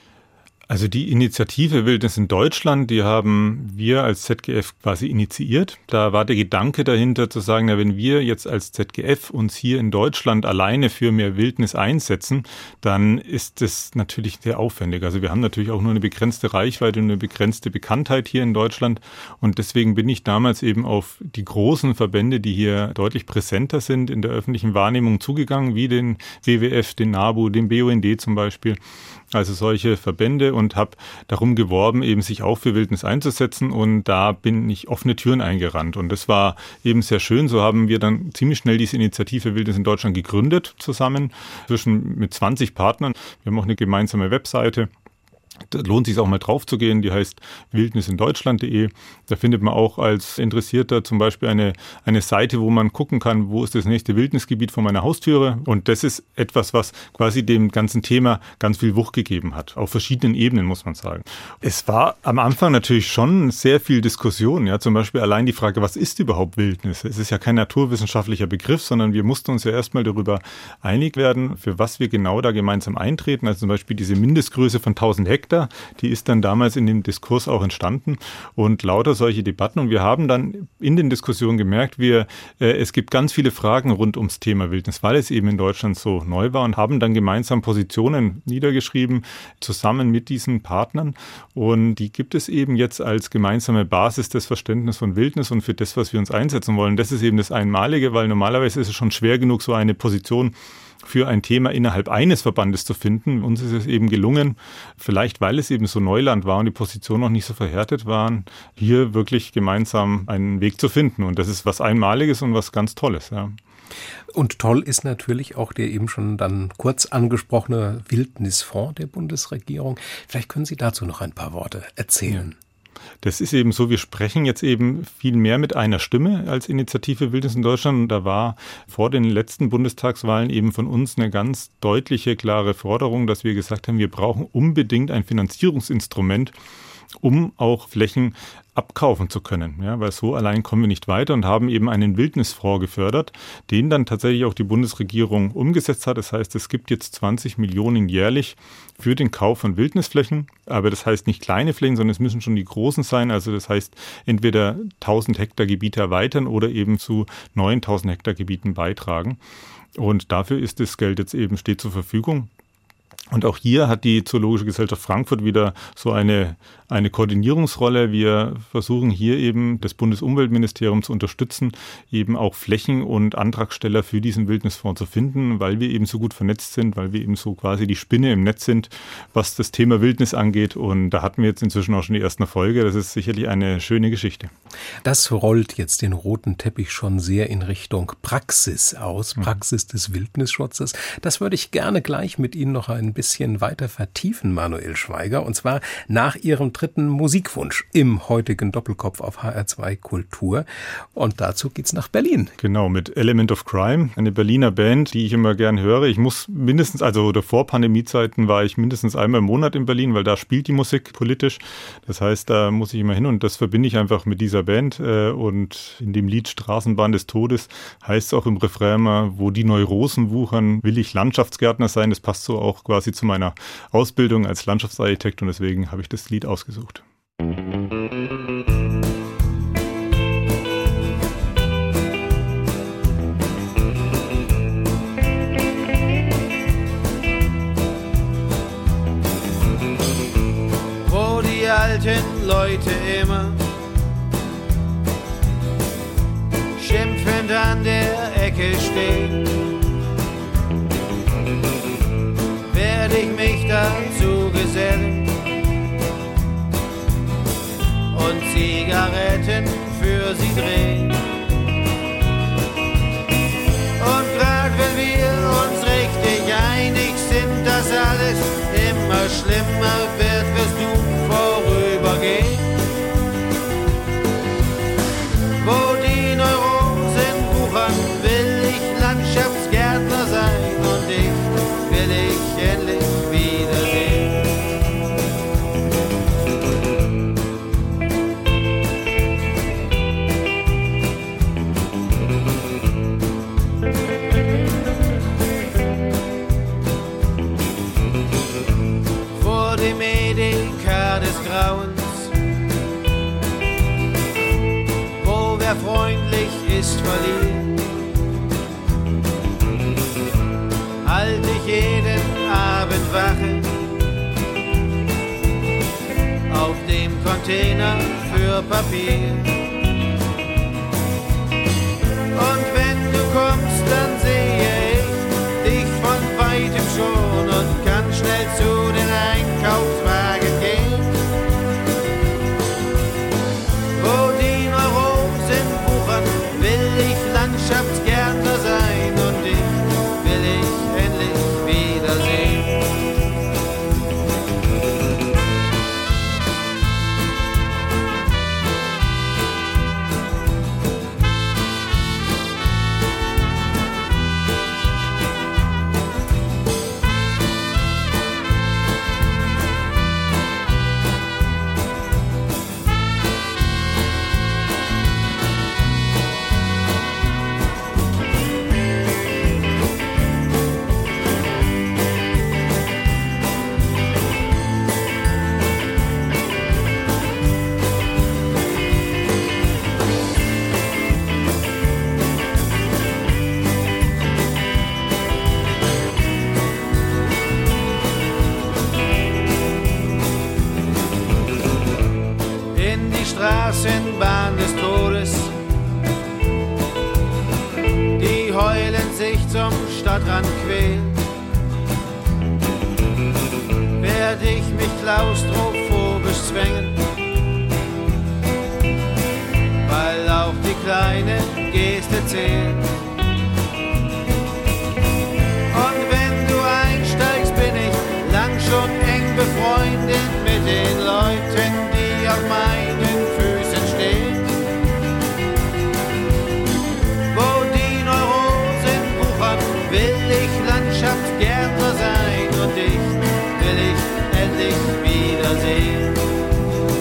Also die Initiative Wildnis in Deutschland, die haben wir als Z G F quasi initiiert. Da war der Gedanke dahinter zu sagen, na, wenn wir jetzt als Z G F uns hier in Deutschland alleine für mehr Wildnis einsetzen, dann ist das natürlich sehr aufwendig. Also wir haben natürlich auch nur eine begrenzte Reichweite und eine begrenzte Bekanntheit hier in Deutschland. Und deswegen bin ich damals eben auf die großen Verbände, die hier deutlich präsenter sind in der öffentlichen Wahrnehmung, zugegangen, wie den W W F, den NABU, den B U N D zum Beispiel. Also solche Verbände, und habe darum geworben, eben sich auch für Wildnis einzusetzen, und da bin ich offene Türen eingerannt, und das war eben sehr schön. So haben wir dann ziemlich schnell diese Initiative Wildnis in Deutschland gegründet, zusammen zwischen mit zwanzig Partnern. Wir haben auch eine gemeinsame Webseite. Da lohnt sich auch mal drauf zu gehen, die heißt wildnisindeutschland punkt de. Da findet man auch als Interessierter zum Beispiel eine, eine Seite, wo man gucken kann, wo ist das nächste Wildnisgebiet vor meiner Haustüre. Und das ist etwas, was quasi dem ganzen Thema ganz viel Wucht gegeben hat. Auf verschiedenen Ebenen, muss man sagen. Es war am Anfang natürlich schon sehr viel Diskussion. Ja, zum Beispiel allein die Frage, was ist überhaupt Wildnis? Es ist ja kein naturwissenschaftlicher Begriff, sondern wir mussten uns ja erstmal darüber einig werden, für was wir genau da gemeinsam eintreten. Also zum Beispiel diese Mindestgröße von tausend Hektar, die ist dann damals in dem Diskurs auch entstanden, und lauter solche Debatten. Und wir haben dann in den Diskussionen gemerkt, wir, äh, es gibt ganz viele Fragen rund ums Thema Wildnis, weil es eben in Deutschland so neu war, und haben dann gemeinsam Positionen niedergeschrieben, zusammen mit diesen Partnern. Und die gibt es eben jetzt als gemeinsame Basis des Verständnisses von Wildnis und für das, was wir uns einsetzen wollen. Das ist eben das Einmalige, weil normalerweise ist es schon schwer genug, so eine Position für ein Thema innerhalb eines Verbandes zu finden. Uns ist es eben gelungen, vielleicht weil es eben so Neuland war und die Positionen noch nicht so verhärtet waren, hier wirklich gemeinsam einen Weg zu finden. Und das ist was Einmaliges und was ganz Tolles. Ja. Und toll ist natürlich auch der eben schon dann kurz angesprochene Wildnisfonds der Bundesregierung. Vielleicht können Sie dazu noch ein paar Worte erzählen. Ja. Das ist eben so, wir sprechen jetzt eben viel mehr mit einer Stimme als Initiative Wildnis in Deutschland. Und da war vor den letzten Bundestagswahlen eben von uns eine ganz deutliche, klare Forderung, dass wir gesagt haben, wir brauchen unbedingt ein Finanzierungsinstrument, um auch Flächen abkaufen zu können. Ja, weil so allein kommen wir nicht weiter, und haben eben einen Wildnisfonds gefördert, den dann tatsächlich auch die Bundesregierung umgesetzt hat. Das heißt, es gibt jetzt zwanzig Millionen jährlich für den Kauf von Wildnisflächen. Aber das heißt nicht kleine Flächen, sondern es müssen schon die großen sein. Also das heißt, entweder tausend Hektar Gebiete erweitern oder eben zu neuntausend Hektar Gebieten beitragen. Und dafür ist das Geld jetzt eben, steht zur Verfügung. Und auch hier hat die Zoologische Gesellschaft Frankfurt wieder so eine, eine Koordinierungsrolle. Wir versuchen hier eben das Bundesumweltministerium zu unterstützen, eben auch Flächen und Antragsteller für diesen Wildnisfonds zu finden, weil wir eben so gut vernetzt sind, weil wir eben so quasi die Spinne im Netz sind, was das Thema Wildnis angeht. Und da hatten wir jetzt inzwischen auch schon die ersten Erfolge. Das ist sicherlich eine schöne Geschichte. Das rollt jetzt den roten Teppich schon sehr in Richtung Praxis aus, Praxis des Wildnisschutzes. Das würde ich gerne gleich mit Ihnen noch ein bisschen weiter vertiefen, Manuel Schweiger, und zwar nach Ihrem dritten Musikwunsch im heutigen Doppelkopf auf H R zwei Kultur. Und dazu geht's nach Berlin. Genau, mit Element of Crime, eine Berliner Band, die ich immer gern höre. Ich muss mindestens, also vor Pandemiezeiten war ich mindestens einmal im Monat in Berlin, weil da spielt die Musik politisch. Das heißt, da muss ich immer hin und das verbinde ich einfach mit dieser Band. Und in dem Lied Straßenbahn des Todes heißt es auch im Refrain mal, wo die Neurosen wuchern, will ich Landschaftsgärtner sein. Das passt so auch quasi zu meiner Ausbildung als Landschaftsarchitekt und deswegen habe ich das Lied ausgesucht. Wo die alten Leute immer schimpfend an der Ecke stehen, werde ich mich dazu gesellen und Zigaretten für sie drehen. Und grad wenn wir uns richtig einig sind, dass alles immer schlimmer wird, wirst du vorübergehen. Wo die Neurosen wuchern, will ich Landschaftsgärtner sein und dich will ich endlich wiedersehen. Vor dem Edeka des Grauens, wo wer freundlich ist, verliert, halt ich jeden Abend Wache auf dem Container für Papier. Und wenn du kommst, dann sehe ich dich von weitem schon und kann schnell zu den Einkaufswagen gehen. Wo die Neurosen wuchern, will ich Landschaftsgärtner sein und dich will ich endlich wiedersehen. Straßenbahn des Todes, die heulend sich zum Stadtrand quält, werd ich mich klaustrophobisch zwängen, weil auch die kleine Geste zählt. Und wenn du einsteigst, bin ich lang schon eng befreundet mit den Leuten, die auf meinen Füßen stehen. Wo die Neurosen wuchern, will ich Landschaftsgärtner sein und dich will ich endlich wiedersehen.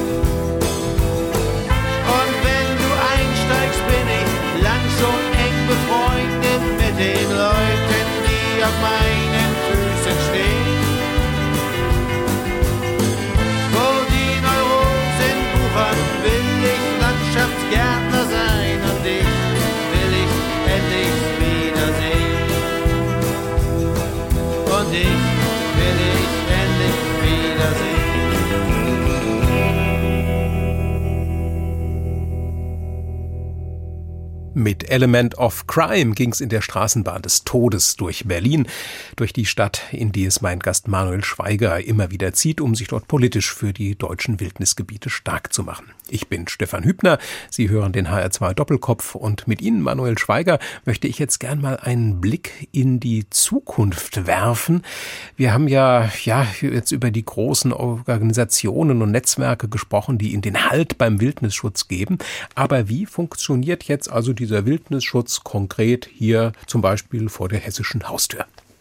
Mit Element of Crime ging es in der Straßenbahn des Todes durch Berlin, durch die Stadt, in die es mein Gast Manuel Schwaiger immer wieder zieht, um sich dort politisch für die deutschen Wildnisgebiete stark zu machen. Ich bin Stefan Hübner, Sie hören den H R zwei Doppelkopf und mit Ihnen, Manuel Schwaiger, möchte ich jetzt gern mal einen Blick in die Zukunft werfen. Wir haben ja, ja jetzt über die großen Organisationen und Netzwerke gesprochen, die Ihnen den Halt beim Wildnisschutz geben. Aber wie funktioniert jetzt also dieser Wildnisschutz konkret hier zum Beispiel vor der hessischen Haustür?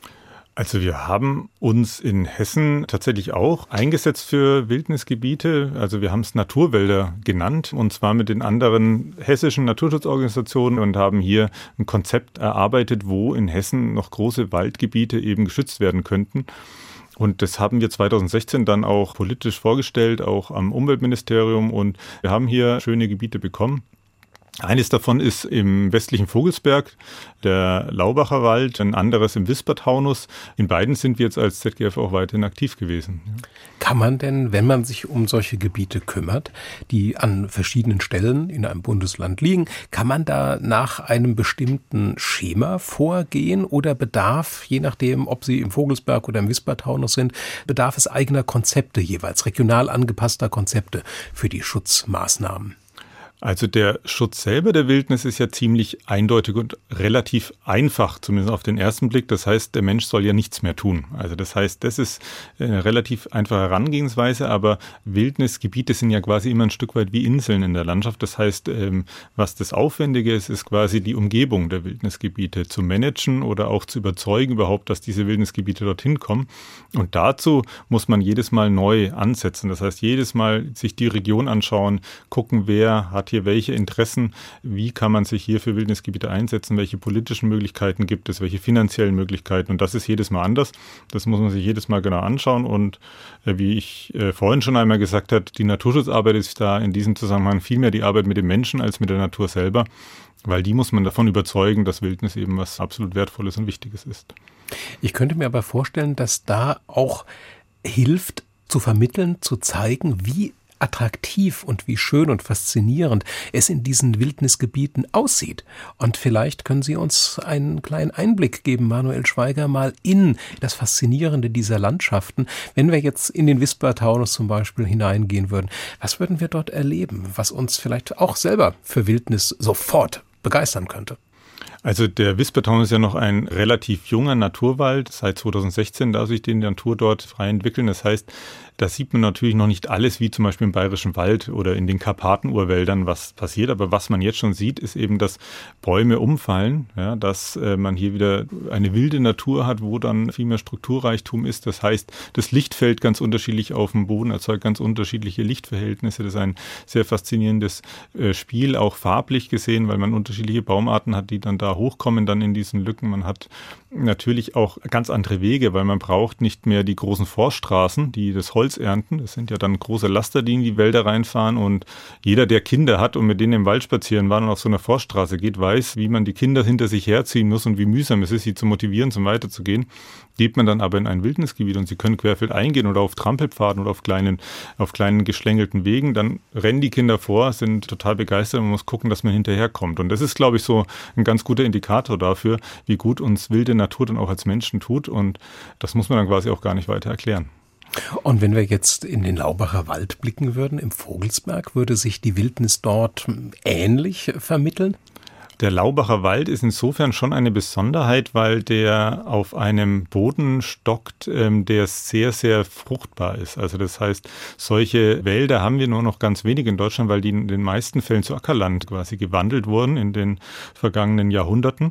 Also wir haben uns in Hessen tatsächlich auch eingesetzt für Wildnisgebiete. Also wir haben es Naturwälder genannt und zwar mit den anderen hessischen Naturschutzorganisationen und haben hier ein Konzept erarbeitet, wo in Hessen noch große Waldgebiete eben geschützt werden könnten. Und das haben wir zweitausendsechzehn dann auch politisch vorgestellt, auch am Umweltministerium, und wir haben hier schöne Gebiete bekommen. Eines davon ist im westlichen Vogelsberg, der Laubacher Wald, ein anderes im Wispertaunus. In beiden sind wir jetzt als Z G F auch weiterhin aktiv gewesen. Kann man denn, wenn man sich um solche Gebiete kümmert, die an verschiedenen Stellen in einem Bundesland liegen, kann man da nach einem bestimmten Schema vorgehen oder bedarf, je nachdem, ob sie im Vogelsberg oder im Wispertaunus sind, bedarf es eigener Konzepte jeweils, regional angepasster Konzepte für die Schutzmaßnahmen? Also der Schutz selber der Wildnis ist ja ziemlich eindeutig und relativ einfach, zumindest auf den ersten Blick. Das heißt, der Mensch soll ja nichts mehr tun. Also das heißt, das ist eine relativ einfache Herangehensweise, aber Wildnisgebiete sind ja quasi immer ein Stück weit wie Inseln in der Landschaft. Das heißt, was das Aufwendige ist, ist quasi die Umgebung der Wildnisgebiete zu managen oder auch zu überzeugen überhaupt, dass diese Wildnisgebiete dorthin kommen. Und dazu muss man jedes Mal neu ansetzen. Das heißt, jedes Mal sich die Region anschauen, gucken, wer hat hier welche Interessen, wie kann man sich hier für Wildnisgebiete einsetzen, welche politischen Möglichkeiten gibt es, welche finanziellen Möglichkeiten, und das ist jedes Mal anders. Das muss man sich jedes Mal genau anschauen und äh, wie ich äh, vorhin schon einmal gesagt habe, die Naturschutzarbeit ist da in diesem Zusammenhang viel mehr die Arbeit mit den Menschen als mit der Natur selber, weil die muss man davon überzeugen, dass Wildnis eben was absolut Wertvolles und Wichtiges ist. Ich könnte mir aber vorstellen, dass da auch hilft, zu vermitteln, zu zeigen, wie attraktiv und wie schön und faszinierend es in diesen Wildnisgebieten aussieht. Und vielleicht können Sie uns einen kleinen Einblick geben, Manuel Schwaiger, mal in das Faszinierende dieser Landschaften. Wenn wir jetzt in den Wispertaunus zum Beispiel hineingehen würden, was würden wir dort erleben, was uns vielleicht auch selber für Wildnis sofort begeistern könnte? Also der Wispertaunus ist ja noch ein relativ junger Naturwald. Seit zweitausendsechzehn darf sich die Natur dort frei entwickeln. Das heißt, da sieht man natürlich noch nicht alles, wie zum Beispiel im Bayerischen Wald oder in den Karpatenurwäldern, was passiert. Aber was man jetzt schon sieht, ist eben, dass Bäume umfallen, ja, dass äh, man hier wieder eine wilde Natur hat, wo dann viel mehr Strukturreichtum ist. Das heißt, das Licht fällt ganz unterschiedlich auf den Boden, erzeugt ganz unterschiedliche Lichtverhältnisse. Das ist ein sehr faszinierendes äh, Spiel, auch farblich gesehen, weil man unterschiedliche Baumarten hat, die dann da hochkommen dann in diesen Lücken. Man hat natürlich auch ganz andere Wege, weil man braucht nicht mehr die großen Forststraßen, die das Holz ernten. Das sind ja dann große Laster, die in die Wälder reinfahren, und jeder, der Kinder hat und mit denen im Wald spazieren war und auf so einer Forststraße geht, weiß, wie man die Kinder hinter sich herziehen muss und wie mühsam es ist, sie zu motivieren, zum weiterzugehen. Geht man dann aber in ein Wildnisgebiet und sie können querfeldein gehen oder auf Trampelpfaden oder auf kleinen, auf kleinen geschlängelten Wegen, dann rennen die Kinder vor, sind total begeistert und man muss gucken, dass man hinterherkommt. Und das ist, glaube ich, so ein ganz guter Indikator dafür, wie gut uns wilde Natur dann auch als Menschen tut, und das muss man dann quasi auch gar nicht weiter erklären. Und wenn wir jetzt in den Laubacher Wald blicken würden, im Vogelsberg, würde sich die Wildnis dort ähnlich vermitteln? Der Laubacher Wald ist insofern schon eine Besonderheit, weil der auf einem Boden stockt, der sehr, sehr fruchtbar ist. Also das heißt, solche Wälder haben wir nur noch ganz wenig in Deutschland, weil die in den meisten Fällen zu Ackerland quasi gewandelt wurden in den vergangenen Jahrhunderten.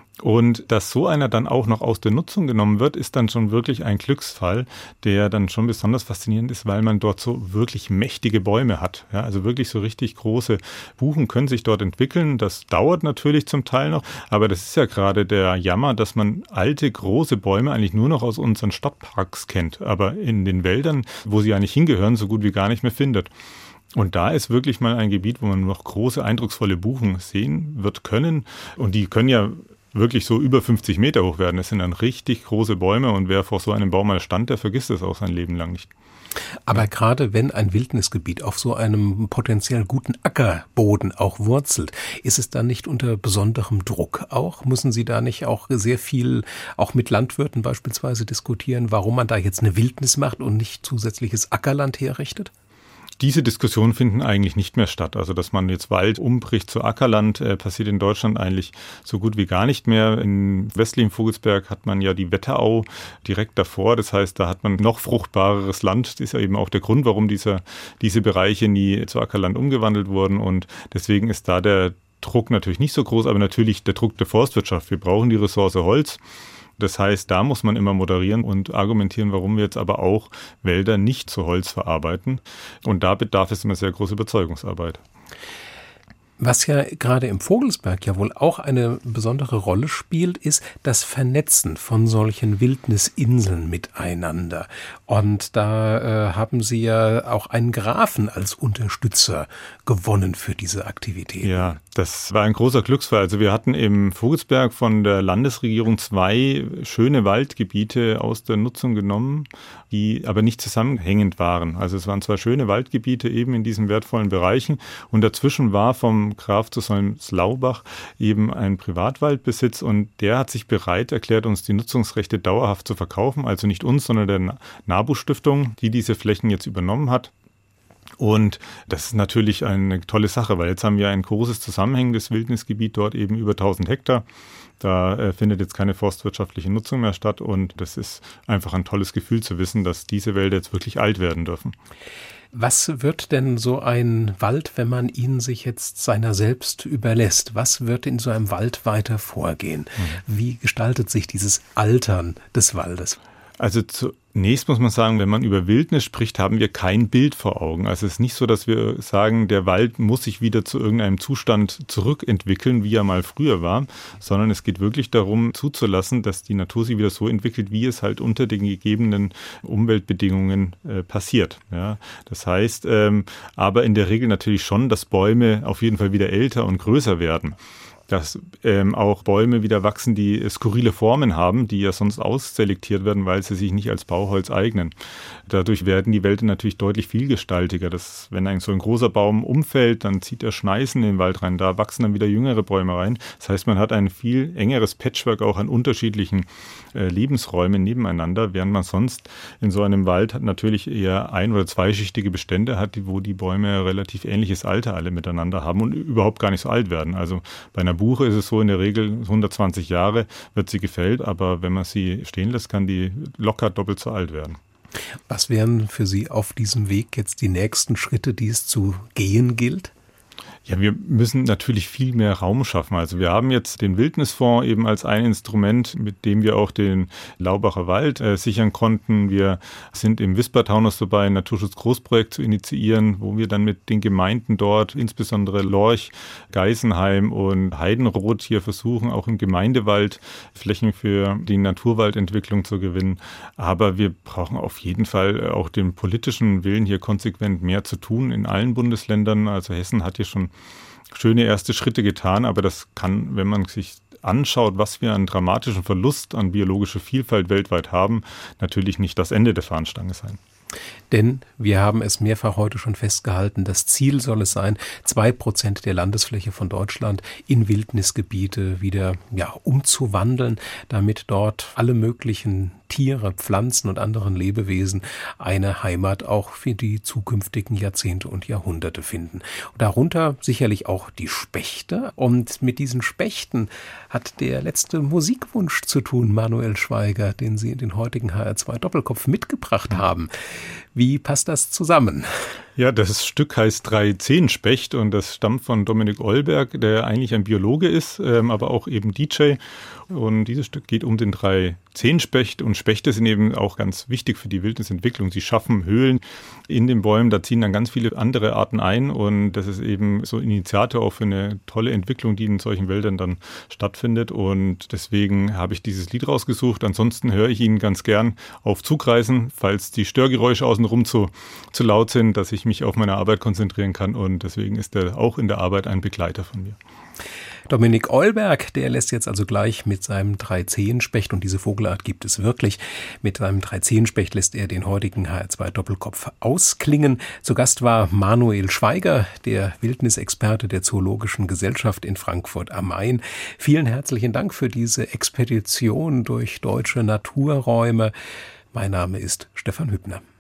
Und dass so einer dann auch noch aus der Nutzung genommen wird, ist dann schon wirklich ein Glücksfall, der dann schon besonders faszinierend ist, weil man dort so wirklich mächtige Bäume hat. Ja, also wirklich so richtig große Buchen können sich dort entwickeln. Das dauert natürlich zum Teil noch, aber das ist ja gerade der Jammer, dass man alte, große Bäume eigentlich nur noch aus unseren Stadtparks kennt, aber in den Wäldern, wo sie eigentlich hingehören, so gut wie gar nicht mehr findet. Und da ist wirklich mal ein Gebiet, wo man noch große, eindrucksvolle Buchen sehen wird können. Und die können ja wirklich so über fünfzig Meter hoch werden. Das sind dann richtig große Bäume, und wer vor so einem Baum mal stand, der vergisst das auch sein Leben lang nicht. Aber gerade wenn ein Wildnisgebiet auf so einem potenziell guten Ackerboden auch wurzelt, ist es dann nicht unter besonderem Druck auch? Müssen Sie da nicht auch sehr viel, auch mit Landwirten beispielsweise diskutieren, warum man da jetzt eine Wildnis macht und nicht zusätzliches Ackerland herrichtet? Diese Diskussionen finden eigentlich nicht mehr statt. Also, dass man jetzt Wald umbricht zu Ackerland, äh, passiert in Deutschland eigentlich so gut wie gar nicht mehr. In westlichen Vogelsberg hat man ja die Wetterau direkt davor. Das heißt, da hat man noch fruchtbareres Land. Das ist ja eben auch der Grund, warum dieser, diese Bereiche nie zu Ackerland umgewandelt wurden. Und deswegen ist da der Druck natürlich nicht so groß, aber natürlich der Druck der Forstwirtschaft. Wir brauchen die Ressource Holz. Das heißt, da muss man immer moderieren und argumentieren, warum wir jetzt aber auch Wälder nicht zu Holz verarbeiten. Und da bedarf es immer sehr große Überzeugungsarbeit. Was ja gerade im Vogelsberg ja wohl auch eine besondere Rolle spielt, ist das Vernetzen von solchen Wildnisinseln miteinander. Und da äh, haben Sie ja auch einen Grafen als Unterstützer gewonnen für diese Aktivität. Ja, das war ein großer Glücksfall. Also wir hatten im Vogelsberg von der Landesregierung zwei schöne Waldgebiete aus der Nutzung genommen, die aber nicht zusammenhängend waren. Also es waren zwei schöne Waldgebiete eben in diesen wertvollen Bereichen und dazwischen war vom Graf zu Solms-Laubach eben ein Privatwaldbesitz und der hat sich bereit erklärt, uns die Nutzungsrechte dauerhaft zu verkaufen. Also nicht uns, sondern der NABU-Stiftung, die diese Flächen jetzt übernommen hat. Und das ist natürlich eine tolle Sache, weil jetzt haben wir ein großes zusammenhängendes Wildnisgebiet dort, eben über tausend Hektar. Da äh, findet jetzt keine forstwirtschaftliche Nutzung mehr statt und das ist einfach ein tolles Gefühl zu wissen, dass diese Wälder jetzt wirklich alt werden dürfen. Was wird denn so ein Wald, wenn man ihn sich jetzt seiner selbst überlässt? Was wird in so einem Wald weiter vorgehen? Mhm. Wie gestaltet sich dieses Altern des Waldes? Also zunächst muss man sagen, wenn man über Wildnis spricht, haben wir kein Bild vor Augen. Also es ist nicht so, dass wir sagen, der Wald muss sich wieder zu irgendeinem Zustand zurückentwickeln, wie er mal früher war, sondern es geht wirklich darum, zuzulassen, dass die Natur sich wieder so entwickelt, wie es halt unter den gegebenen Umweltbedingungen äh, passiert. Ja, das heißt, ähm, aber in der Regel natürlich schon, dass Bäume auf jeden Fall wieder älter und größer werden. Dass ähm, auch Bäume wieder wachsen, die skurrile Formen haben, die ja sonst ausselektiert werden, weil sie sich nicht als Bauholz eignen. Dadurch werden die Wälder natürlich deutlich vielgestaltiger. Das, wenn ein so ein großer Baum umfällt, dann zieht er Schneisen in den Wald rein. Da wachsen dann wieder jüngere Bäume rein. Das heißt, man hat ein viel engeres Patchwork auch an unterschiedlichen äh, Lebensräumen nebeneinander, während man sonst in so einem Wald hat natürlich eher ein- oder zweischichtige Bestände hat, wo die Bäume relativ ähnliches Alter alle miteinander haben und überhaupt gar nicht so alt werden. Also bei einer Buche ist es so, in der Regel hundertzwanzig Jahre wird sie gefällt, aber wenn man sie stehen lässt, kann die locker doppelt so alt werden. Was wären für Sie auf diesem Weg jetzt die nächsten Schritte, die es zu gehen gilt? Ja, wir müssen natürlich viel mehr Raum schaffen. Also wir haben jetzt den Wildnisfonds eben als ein Instrument, mit dem wir auch den Laubacher Wald äh, sichern konnten. Wir sind im Wispertaunus dabei, ein Naturschutz-Großprojekt zu initiieren, wo wir dann mit den Gemeinden dort, insbesondere Lorch, Geisenheim und Heidenroth, hier versuchen, auch im Gemeindewald Flächen für die Naturwaldentwicklung zu gewinnen. Aber wir brauchen auf jeden Fall auch den politischen Willen, hier konsequent mehr zu tun in allen Bundesländern. Also Hessen hat hier schon schöne erste Schritte getan, aber das kann, wenn man sich anschaut, was wir an dramatischen Verlust an biologischer Vielfalt weltweit haben, natürlich nicht das Ende der Fahnenstange sein. Denn wir haben es mehrfach heute schon festgehalten, das Ziel soll es sein, zwei Prozent der Landesfläche von Deutschland in Wildnisgebiete wieder ja, umzuwandeln, damit dort alle möglichen Tiere, Pflanzen und anderen Lebewesen eine Heimat auch für die zukünftigen Jahrzehnte und Jahrhunderte finden. Und darunter sicherlich auch die Spechte. Und mit diesen Spechten hat der letzte Musikwunsch zu tun, Manuel Schweiger, den Sie in den heutigen H R zwei Doppelkopf mitgebracht haben. Wie passt das zusammen? Ja, das Stück heißt Drei-Zehn-Specht und das stammt von Dominik Ollberg, der eigentlich ein Biologe ist, ähm, aber auch eben D J. Und dieses Stück geht um den Drei-Zehn-Specht und Spechte sind eben auch ganz wichtig für die Wildnisentwicklung. Sie schaffen Höhlen in den Bäumen, da ziehen dann ganz viele andere Arten ein und das ist eben so Initiator auch für eine tolle Entwicklung, die in solchen Wäldern dann stattfindet und deswegen habe ich dieses Lied rausgesucht. Ansonsten höre ich ihn ganz gern auf Zugreisen, falls die Störgeräusche außenrum zu, zu laut sind, dass ich mich auf meine Arbeit konzentrieren kann und deswegen ist er auch in der Arbeit ein Begleiter von mir. Dominik Eulberg, der lässt jetzt also gleich mit seinem Dreizehenspecht, und diese Vogelart gibt es wirklich, mit seinem Dreizehenspecht lässt er den heutigen H R zwei Doppelkopf ausklingen. Zu Gast war Manuel Schweiger, der Wildnisexperte der Zoologischen Gesellschaft in Frankfurt am Main. Vielen herzlichen Dank für diese Expedition durch deutsche Naturräume. Mein Name ist Stefan Hübner.